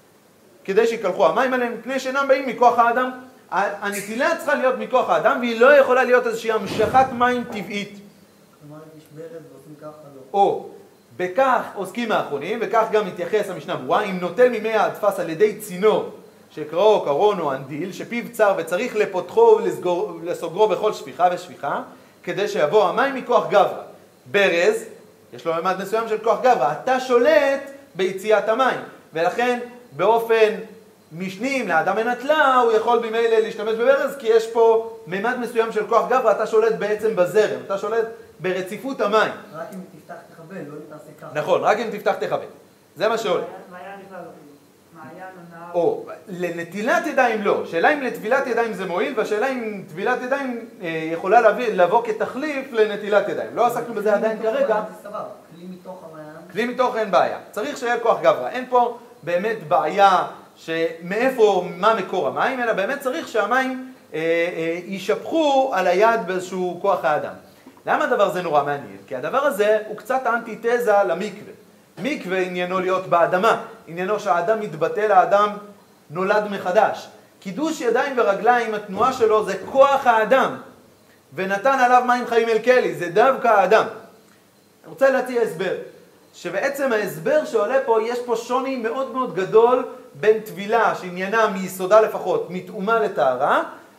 כדי שיקלחו המים עליהם, מפני שאינם באים מכוח האדם. הנטילה צריכה להיות מכוח האדם, והיא לא יכולה להיות איזושהי המשכת מים טבעית. כלומר, יש ברז ועושים ככה לא. או, בכך עוסקים האחרונים, וכך גם מתייחס המשנה ברורה, אם נוטל ממי הדפס על ידי צינור, שקראו קרון או אנדיל, שפיו צר וצריך לפותחו ולסוגרו בכל שפיכה ושפיכה, כדי שיבוא המים מכוח גברא. ברז, יש לו ממד מסוים של כוח גברא, אתה שולט ביציאת המים, ולכן באופן משני, אם לאדם אין נטלה, הוא יכול במילא להשתמש בברז, כי יש פה ממד מסוים של כוח גברא, אתה שולט בעצם בזרם, אתה שולט ברציפות המים. רק אם תפתח תכוון, לא אם תעשה ככה. נכון, רק אם תפתח תכוון. זה מה שעולה. מעיין בכלל לא כאילו. מעיין או נהר. או, לנטילת ידיים לא. שאלה אם לטבילת ידיים זה מועיל, והשאלה אם טבילת ידיים אה, יכולה להביא, לבוא כתחליף לנטילת ידיים. לא עסקנו בזה עדיין כרגע. זה סבבה, כלי מתוך המעיין. כלי מתוך אין בעיה. צריך שיהיה כוח גברא. אין פה באמת בעיה שמאיפה, מה מקור המים, אלא באמת צריך שהמים אה, אה, יישפכו על היד באיזשהו כוח האדם. למה הדבר הזה נורא מעניין? כי הדבר הזה הוא קצת אנטיתזה למקווה. מקווה עניינו להיות באדמה, עניינו שהאדם מתבטא לאדם נולד מחדש. קידוש ידיים ורגליים, התנועה שלו זה כוח האדם, ונתן עליו מים חיים אל כלי, זה דווקא האדם. אני רוצה להציע הסבר, שבעצם ההסבר שעולה פה, יש פה שוני מאוד מאוד גדול בין טבילה שעניינה מיסודה לפחות, מתאומה לטהרה,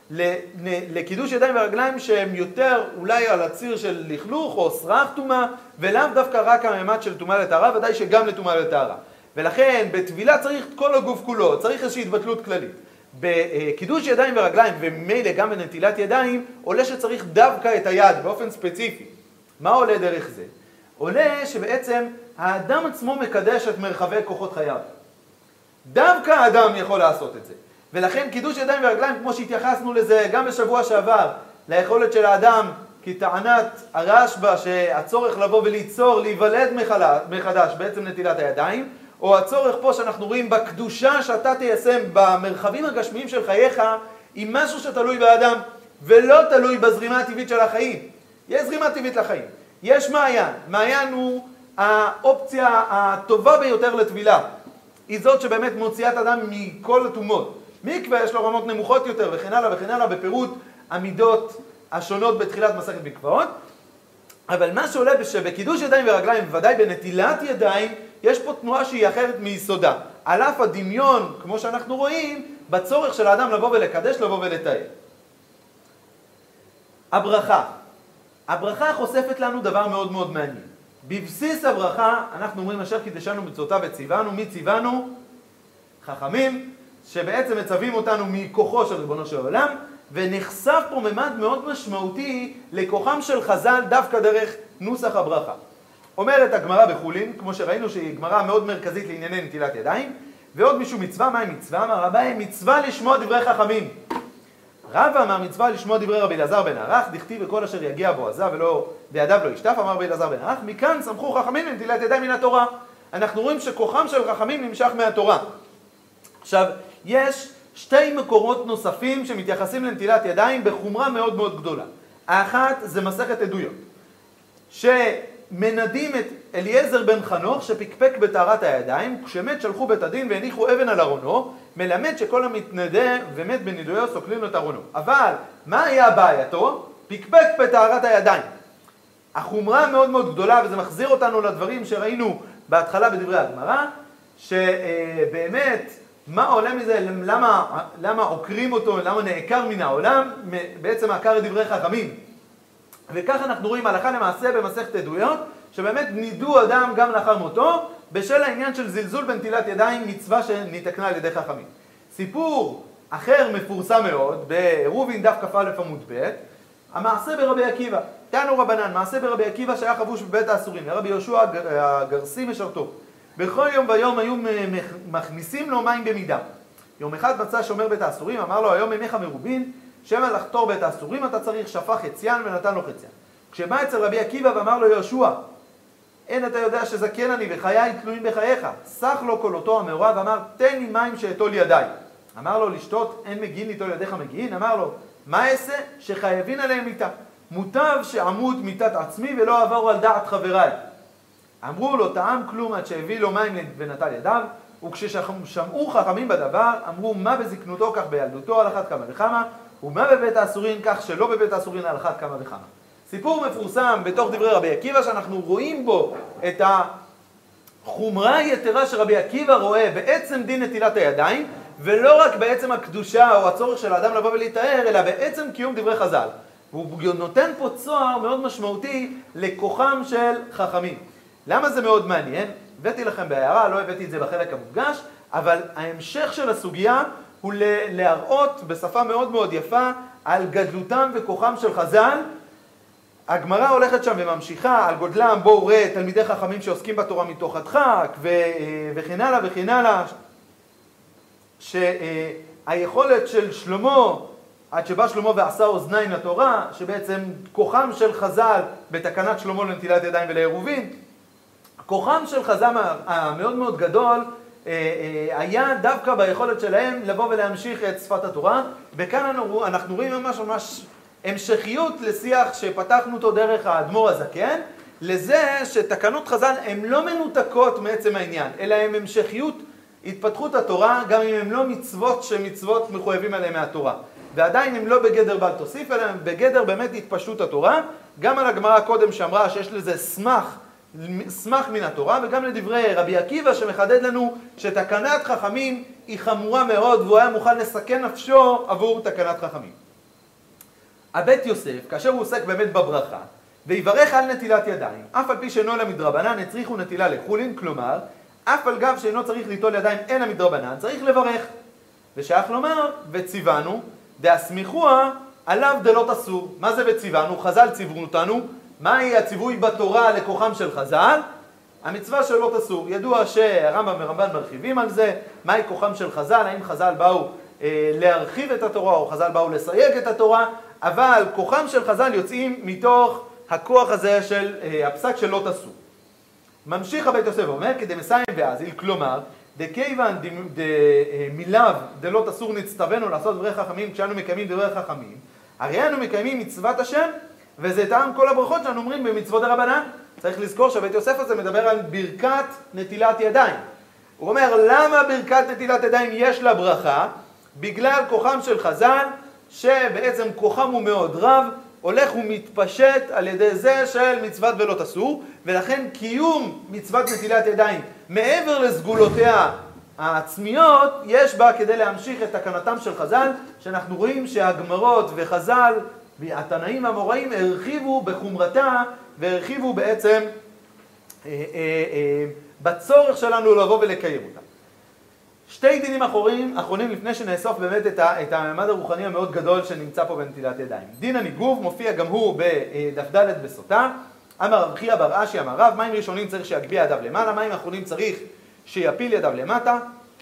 לקידוש ידיים ורגליים שהם יותר אולי על הציר של לכלוך או סרח תומה, ולאו דווקא רק הממד של תומה לטהרה, ודאי שגם לתומה לטהרה. ולכן בטבילה צריך את כל הגוף כולו, צריך איזושהי התבטלות כללית. בקידוש ידיים ורגליים, וממילא גם בנטילת ידיים, עולה שצריך דווקא את היד באופן ספציפי. מה עולה דרך זה? עולה שבעצם האדם עצמו מקדש את מרחבי כוחות חייו. דווקא האדם יכול לעשות את זה. ולכן קידוש ידיים ורגליים, כמו שהתייחסנו לזה גם בשבוע שעבר, ליכולת של האדם, כטענת הרשב"א שהצורך לבוא וליצור, להיוולד מחדש, בעצם נטילת הידיים, או הצורך פה שאנחנו רואים בקדושה שאתה תיישם במרחבים הגשמיים של חייך, עם משהו שתלוי באדם, ולא תלוי בזרימה הטבעית של החיים. יש זרימה טבעית לחיים. יש מעיין. מעיין הוא האופציה הטובה ביותר לטבילה. היא זאת שבאמת מוציאה את האדם מכל הטומאות. מקווה יש לו רמות נמוכות יותר וכן הלאה וכן הלאה בפירוט המידות השונות בתחילת מסכת מקוואות. אבל מה שעולה שבקידוש ידיים ורגליים, בוודאי בנטילת ידיים, יש פה תנועה שהיא אחרת מיסודה. על אף הדמיון, כמו שאנחנו רואים, בצורך של האדם לבוא ולקדש, לבוא ולתאר. הברכה. הברכה חושפת לנו דבר מאוד מאוד מעניין. בבסיס הברכה אנחנו אומרים אשר קידשנו מצוותיו וציוונו. מי ציוונו? חכמים, שבעצם מצווים אותנו מכוחו של ריבונו של עולם, ונחשף פה ממד מאוד משמעותי לכוחם של חז"ל דווקא דרך נוסח הברכה. אומרת הגמרא בחולין, כמו שראינו שהיא גמרא מאוד מרכזית לענייני נטילת ידיים, ועוד מישהו מצווה, מהי מצווה? אמר רבי, מצווה לשמוע דברי חכמים. רבא אמר מצווה לשמוע דברי רבי אלעזר בן ערך, דכתיב וכל אשר יגיע בו עזה ולא בידיו לא ישטף, אמר רבי אלעזר בן ערך, מכאן סמכו חכמים לנטילת ידיים מן התורה. אנחנו רואים שכוחם של חכמים נמשך מהתורה. עכשיו, יש שתי מקורות נוספים שמתייחסים לנטילת ידיים בחומרה מאוד מאוד גדולה. האחת זה מסכת עדויות, שמנדים את אליעזר בן חנוך שפקפק בטהרת הידיים, כשמת שלחו בית הדין והניחו אבן על ארונו, מלמד שכל המתנדה ומת בנידויו סוקלים לו את ארונו. אבל מה היה בעייתו? פקפק בטהרת הידיים. החומרה מאוד מאוד גדולה, וזה מחזיר אותנו לדברים שראינו בהתחלה בדברי הגמרא, שבאמת מה עולה מזה, למה, למה עוקרים אותו, למה נעקר מן העולם, בעצם עקר את דברי חכמים. וכך אנחנו רואים הלכה למעשה במסכת עדויות, שבאמת נידו אדם גם לאחר מותו, בשל העניין של זלזול בנטילת ידיים, מצווה שנתקנה על ידי חכמים. סיפור אחר מפורסם מאוד, ברובין דף כ"א עמוד ב', המעשה ברבי עקיבא. תנו רבנן, מעשה ברבי עקיבא שהיה חבוש בבית האסורים, רבי יהושע הגרסי משרתו. בכל יום ויום היו מכניסים לו מים במידה. יום אחד מצא שומר בית האסורים, אמר לו, היום ימיך מרובין, שמא לחתור בית האסורים אתה צריך, שפך חציין ונתן לו חציין. כשבא אצל רבי עקיבא ואמר לו יהושע, אין אתה יודע שזקן אני וחיי תלויים בחייך, סך לו קולותו המאורע ואמר, תן לי מים שאטול ידיי. אמר לו, לשתות אין מגיעין ליטול ידיך מגיעין? אמר לו, מה אעשה? שחייבין עליהם מיתה. מוטב שעמוד מיתת עצמי ולא עברו על דעת חבריי. אמרו לו, טעם כלום עד שהביא לו מים ונטל ידיו, וכששמעו חכמים בדבר, אמרו מה בזקנותו כך בילדותו על אחת כמה וכמה, ומה בבית האסורין כך שלא בבית האסורין על אחת כמה וכמה. סיפור מפורסם בתוך דברי רבי עקיבא שאנחנו רואים בו את החומרה היתרה שרבי עקיבא רואה בעצם דין נטילת הידיים, ולא רק בעצם הקדושה או הצורך של האדם לבוא ולהתאר, אלא בעצם קיום דברי חז"ל. והוא נותן פה צוהר מאוד משמעותי לכוחם של חכמים. למה זה מאוד מעניין? הבאתי לכם בהערה, לא הבאתי את זה בחלק המודגש, אבל ההמשך של הסוגיה הוא להראות בשפה מאוד מאוד יפה על גדלותם וכוחם של חז"ל. הגמרא הולכת שם וממשיכה על גודלם, בואו ראה תלמידי חכמים שעוסקים בתורה מתוך הדחק ו... וכן הלאה וכן הלאה, שהיכולת של שלמה, עד שבא שלמה ועשה אוזניים לתורה, שבעצם כוחם של חז"ל בתקנת שלמה לנטילת ידיים ולעירובין, כוחם של חז"ל המאוד מאוד גדול היה דווקא ביכולת שלהם לבוא ולהמשיך את שפת התורה, וכאן אנחנו רואים ממש ממש המשכיות לשיח שפתחנו אותו דרך האדמו"ר הזקן, לזה שתקנות חז"ל הן לא מנותקות מעצם העניין, אלא הן המשכיות התפתחות התורה, גם אם הן לא מצוות שמצוות מחויבים עליהן מהתורה. ועדיין הן לא בגדר בל תוסיף, אלא הן בגדר באמת התפשטות התורה, גם על הגמרא קודם שאמרה שיש לזה סמך, סמך מן התורה, וגם לדברי רבי עקיבא שמחדד לנו שתקנת חכמים היא חמורה מאוד, והוא היה מוכן לסכן נפשו עבור תקנת חכמים. הבית יוסף, כאשר הוא עוסק באמת בברכה, ויברך על נטילת ידיים, אף על פי שאינו למדרבנן, הצריכו נטילה לחולין, כלומר, אף על גב שאינו צריך ליטול ידיים אלא מדרבנן, צריך לברך. ושייך לומר, וציוונו, דאסמיכוה עליו דלות אסור. מה זה וציוונו? חז"ל ציוו אותנו. מהי הציווי בתורה לכוחם של חז"ל? המצווה של לא אסור. ידוע שהרמב"ם ורמב"ן מרחיבים על זה. מהי כוחם של חז"ל? האם חז"ל באו אה, להרחיב את התורה או חז"ל באו לסייג את התורה? אבל כוחם של חז"ל יוצאים מתוך הכוח הזה של אה, הפסק של לא אסור. ממשיך הבית יוסף אומר, כדי מסיים ואזיל, כלומר, דכיוון דמילאו דלות אסור נצטווינו לעשות דברי חכמים כשאנו מקיימים דברי חכמים, הרי אנו מקיימים מצוות השם, וזה טעם כל הברכות שאנו אומרים במצוות הרבנן. צריך לזכור שהבית יוסף הזה מדבר על ברכת נטילת ידיים. הוא אומר, למה ברכת נטילת ידיים יש לה ברכה? בגלל כוחם של חז"ל, שבעצם כוחם הוא מאוד רב, הולך ומתפשט על ידי זה של מצוות ולא אסור, ולכן קיום מצוות נטילת ידיים מעבר לסגולותיה העצמיות, יש בה כדי להמשיך את תקנתם של חז"ל, שאנחנו רואים שהגמרות וחז"ל והתנאים והאמוראים הרחיבו בחומרתה, והרחיבו בעצם אה, אה, אה, בצורך שלנו לבוא ולקיים אותה. שתי דינים אחרונים, אחרונים לפני שנאסוף באמת את, ה, את הממד הרוחני המאוד גדול שנמצא פה בנטילת ידיים. דין הניגוב מופיע גם הוא בדף ד' בסוטה. אמר רב חייא בר אשי אמר רב, מים ראשונים צריך שיגביה ידיו למעלה, מים אחרונים צריך שיפיל ידיו למטה.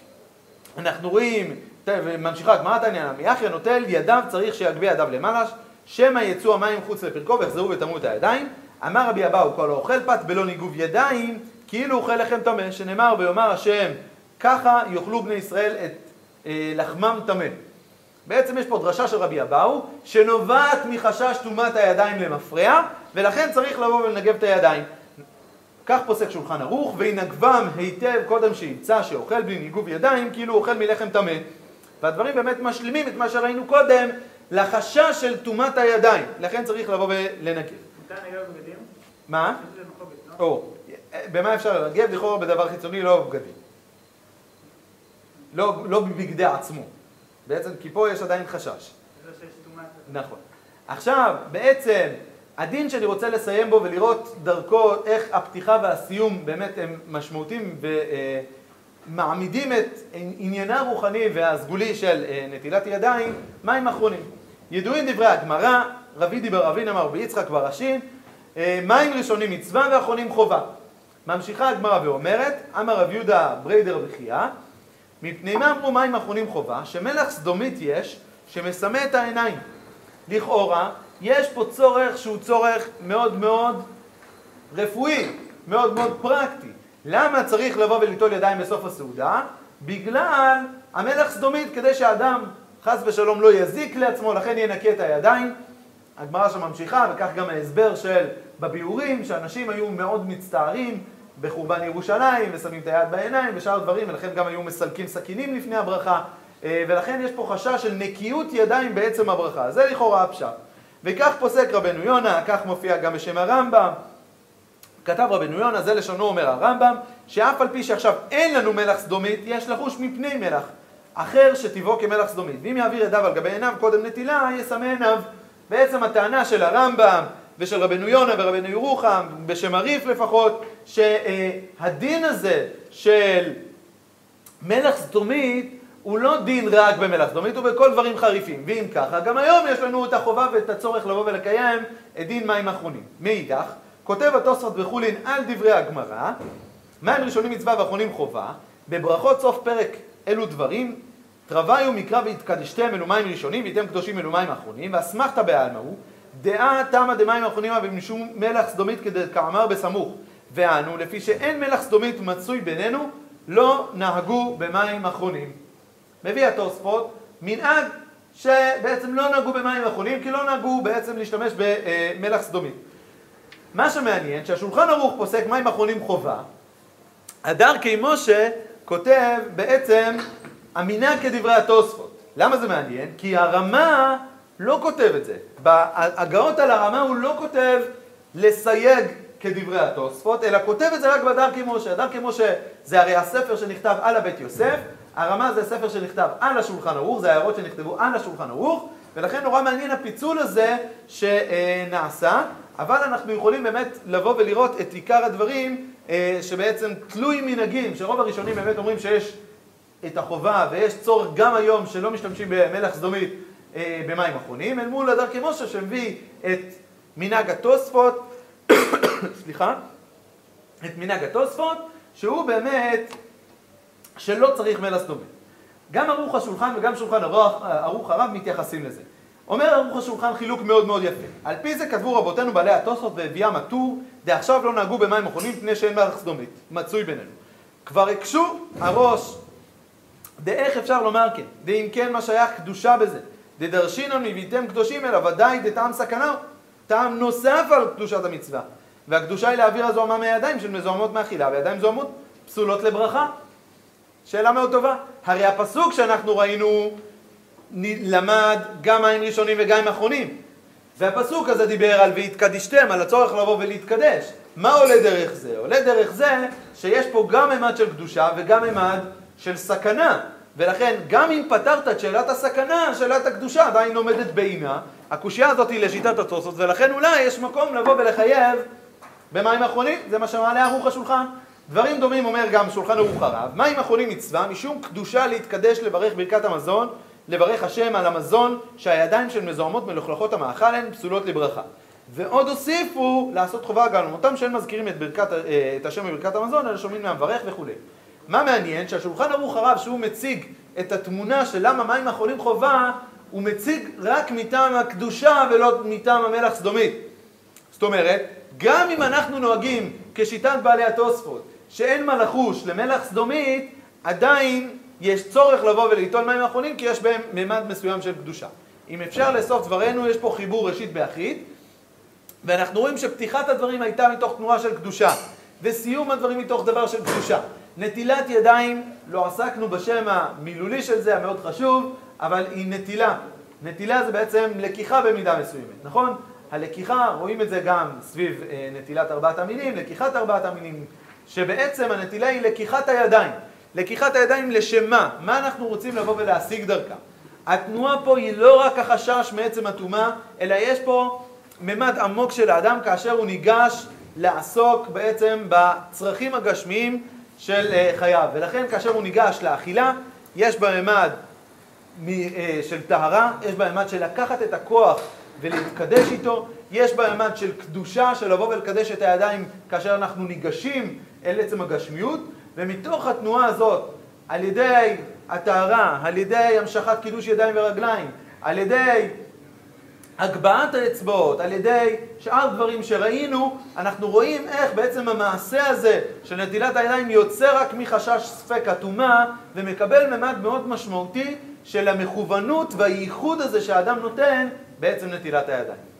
אנחנו רואים, ממשיכה הגמרא תניא, מיחיא נוטל ידיו צריך שיגביה ידיו למעלה, שמא יצאו המים חוץ לפרקו ויחזרו וטמאו את הידיים. אמר רבי אבאו, כל האוכל פת בלא ניגוב ידיים כאילו אוכל לחם טמא, שנאמר ויאמר השם ככה יאכלו בני ישראל את אה, לחמם טמא. בעצם יש פה דרשה של רבי אבאו שנובעת מחשש טומאת הידיים למפרע, ולכן צריך לבוא ולנגב את הידיים. כך פוסק שולחן ערוך, וינגבם היטב קודם שימצא שאוכל בלי ניגוב ידיים כאילו אוכל מלחם טמא. והדברים באמת משלימים את מה שראינו קודם לחשש של טומאת הידיים, לכן צריך לבוא ולנגב. ניתן לנגב בגדים? מה? יש לזה מחלוקת, לא? או, במה אפשר לנגב? לכאורה בדבר חיצוני, לא בבגדים. לא, לא בבגדי עצמו. בעצם כי פה יש עדיין חשש. זה שיש טומאת. נכון. עכשיו, בעצם הדין שאני רוצה לסיים בו ולראות דרכו איך הפתיחה והסיום באמת הם משמעותיים ומעמידים את עניינה הרוחני והסגולי של נטילת ידיים, מים אחרונים. ידועים דברי הגמרא, רבי דיבר אבין אמר ביצחק בראשין, מים ראשונים מצווה ואחרונים חובה. ממשיכה הגמרא ואומרת, אמר רב יהודה בריידר בחייה, מפני מה אמרו מים אחרונים חובה? שמלח סדומית יש שמסמא את העיניים. לכאורה, יש פה צורך שהוא צורך מאוד מאוד רפואי, מאוד מאוד פרקטי. למה צריך לבוא וליטול ידיים בסוף הסעודה? בגלל המלח סדומית, כדי שהאדם חס ושלום לא יזיק לעצמו, לכן ינקה את הידיים. הגמרא שממשיכה, וכך גם ההסבר של בביאורים, שאנשים היו מאוד מצטערים בחורבן ירושלים, ושמים את היד בעיניים ושאר דברים, ולכן גם היו מסלקים סכינים לפני הברכה, ולכן יש פה חשש של נקיות ידיים בעצם הברכה. זה לכאורה הפשט. וכך פוסק רבנו יונה, כך מופיע גם בשם הרמב"ם. כתב רבנו יונה, זה לשונו אומר הרמב"ם, שאף על פי שעכשיו אין לנו מלח סדומית, יש לחוש מפני מלח אחר שטבעו כמלח סדומית. ואם יעביר ידיו על גבי עיניו קודם נטילה, יסמא עיניו. בעצם הטענה של הרמב"ם ושל רבנו יונה ורבנו ירוחם, בשם הריף לפחות, שהדין הזה של מלח סדומית הוא לא דין רק במלח סדומית, הוא בכל דברים חריפים. ואם ככה, גם היום יש לנו את החובה ואת הצורך לבוא ולקיים את דין מים אחרונים. מאידך, כותב התוספות בחולין על דברי הגמרא, מים ראשונים מצווה ואחרונים חובה, בברכות סוף פרק אלו דברים, תרוויו מקרא והתקדשתם אלו מים ראשונים, ואיתם קדושים אלו מים אחרונים, ואסמכת בעלמא הוא, דעה תמה דמים אחרונים ומשום מלח סדומית כדאמר בסמוך. ואנו, לפי שאין מלח סדומית מצוי בינינו, לא נהגו במים אחרונים. מביא התוספות מנהג שבעצם לא נהגו במים אחרונים, כי לא נהגו בעצם להשתמש במלח סדומית. מה שמעניין, שהשולחן ערוך פוסק מים אחרונים חובה, הדר כמשה כותב בעצם המנהג כדברי התוספות. למה זה מעניין? כי הרמה לא כותב את זה. בהגאות על הרמה הוא לא כותב לסייג כדברי התוספות, אלא כותב את זה רק בדר כמשה. הדר כמשה זה הרי הספר שנכתב על הבית יוסף, הרמה זה ספר שנכתב על השולחן ערוך, זה הערות שנכתבו על השולחן ערוך, ולכן נורא מעניין הפיצול הזה שנעשה, אבל אנחנו יכולים באמת לבוא ולראות את עיקר הדברים שבעצם תלוי מנהגים, שרוב הראשונים באמת אומרים שיש את החובה ויש צורך גם היום שלא משתמשים במלח סדומית במים אחרונים, אל מול הדר כמשה שמביא את מנהג התוספות, סליחה, את מנהג התוספות, שהוא באמת שלא צריך מלח סדומית. גם ערוך השולחן וגם שולחן ערוך הרב מתייחסים לזה. אומר ערוך השולחן חילוק מאוד מאוד יפה. על פי זה כתבו רבותינו בעלי התוספות והביאם הטור, דעכשיו לא נהגו במים אחרונים פני שאין מלח סדומית, מצוי בינינו. כבר הקשו הראש, דאיך אפשר לומר כן, דאם כן מה שייך קדושה בזה, דדרשינן מביתם קדושים אלא ודאי דטעם סכנה, טעם נוסף על קדושת המצווה. והקדושה היא להעביר הזוהמה מהידיים של מזוהמות מאכילה, והידיים זוהמות פסולות לברכה. שאלה מאוד טובה. הרי הפסוק שאנחנו ראינו למד גם מים ראשונים וגם מים אחרונים. והפסוק הזה דיבר על והתקדישתם, על הצורך לבוא ולהתקדש. מה עולה דרך זה? עולה דרך זה שיש פה גם ממד של קדושה וגם ממד של סכנה. ולכן גם אם פתרת את שאלת הסכנה, שאלת הקדושה עדיין עומדת בעינה. הקושיה הזאת היא לשיטת התוספות, ולכן אולי יש מקום לבוא ולחייב במים אחרונים. זה מה שמעלה ערוך השולחן. דברים דומים אומר גם שולחן ערוך הרב, מים אחרונים מצווה משום קדושה להתקדש לברך ברכת המזון, לברך השם על המזון שהידיים של מזוהמות מלוכלכות המאכל הן פסולות לברכה. ועוד הוסיפו לעשות חובה גם אותם שאין מזכירים את, ברכת, את השם בברכת המזון, אלא שומעים מהמברך וכו'. מה מעניין? שהשולחן ערוך הרב שהוא מציג את התמונה של למה מים אחרונים חובה, הוא מציג רק מטעם הקדושה ולא מטעם המלח סדומית. זאת אומרת, גם אם אנחנו נוהגים כשיטת בעלי התוספות, שאין מה לחוש למלח סדומית, עדיין יש צורך לבוא וליטול מים אחרונים, כי יש בהם ממד מסוים של קדושה. אם אפשר לאסוף דברנו, יש פה חיבור ראשית באחרית, ואנחנו רואים שפתיחת הדברים הייתה מתוך תנועה של קדושה, וסיום הדברים מתוך דבר של קדושה. נטילת ידיים, לא עסקנו בשם המילולי של זה, המאוד חשוב, אבל היא נטילה. נטילה זה בעצם לקיחה במידה מסוימת, נכון? הלקיחה, רואים את זה גם סביב אה, נטילת ארבעת המינים, לקיחת ארבעת המינים, שבעצם הנטילה היא לקיחת הידיים. לקיחת הידיים לשם מה? מה אנחנו רוצים לבוא ולהשיג דרכה? התנועה פה היא לא רק החשש מעצם הטומאה, אלא יש פה ממד עמוק של האדם כאשר הוא ניגש לעסוק בעצם בצרכים הגשמיים של חייו. ולכן כאשר הוא ניגש לאכילה, יש בממד של טהרה, יש בממד של לקחת את הכוח ולהתקדש איתו, יש בממד של קדושה, של לבוא ולקדש את הידיים כאשר אנחנו ניגשים אל עצם הגשמיות, ומתוך התנועה הזאת, על ידי הטהרה, על ידי המשכת קידוש ידיים ורגליים, על ידי הגבהת האצבעות, על ידי שאר דברים שראינו, אנחנו רואים איך בעצם המעשה הזה של נטילת הידיים יוצא רק מחשש ספק הטומאה, ומקבל ממד מאוד משמעותי של המכוונות והייחוד הזה שהאדם נותן בעצם נטילת הידיים.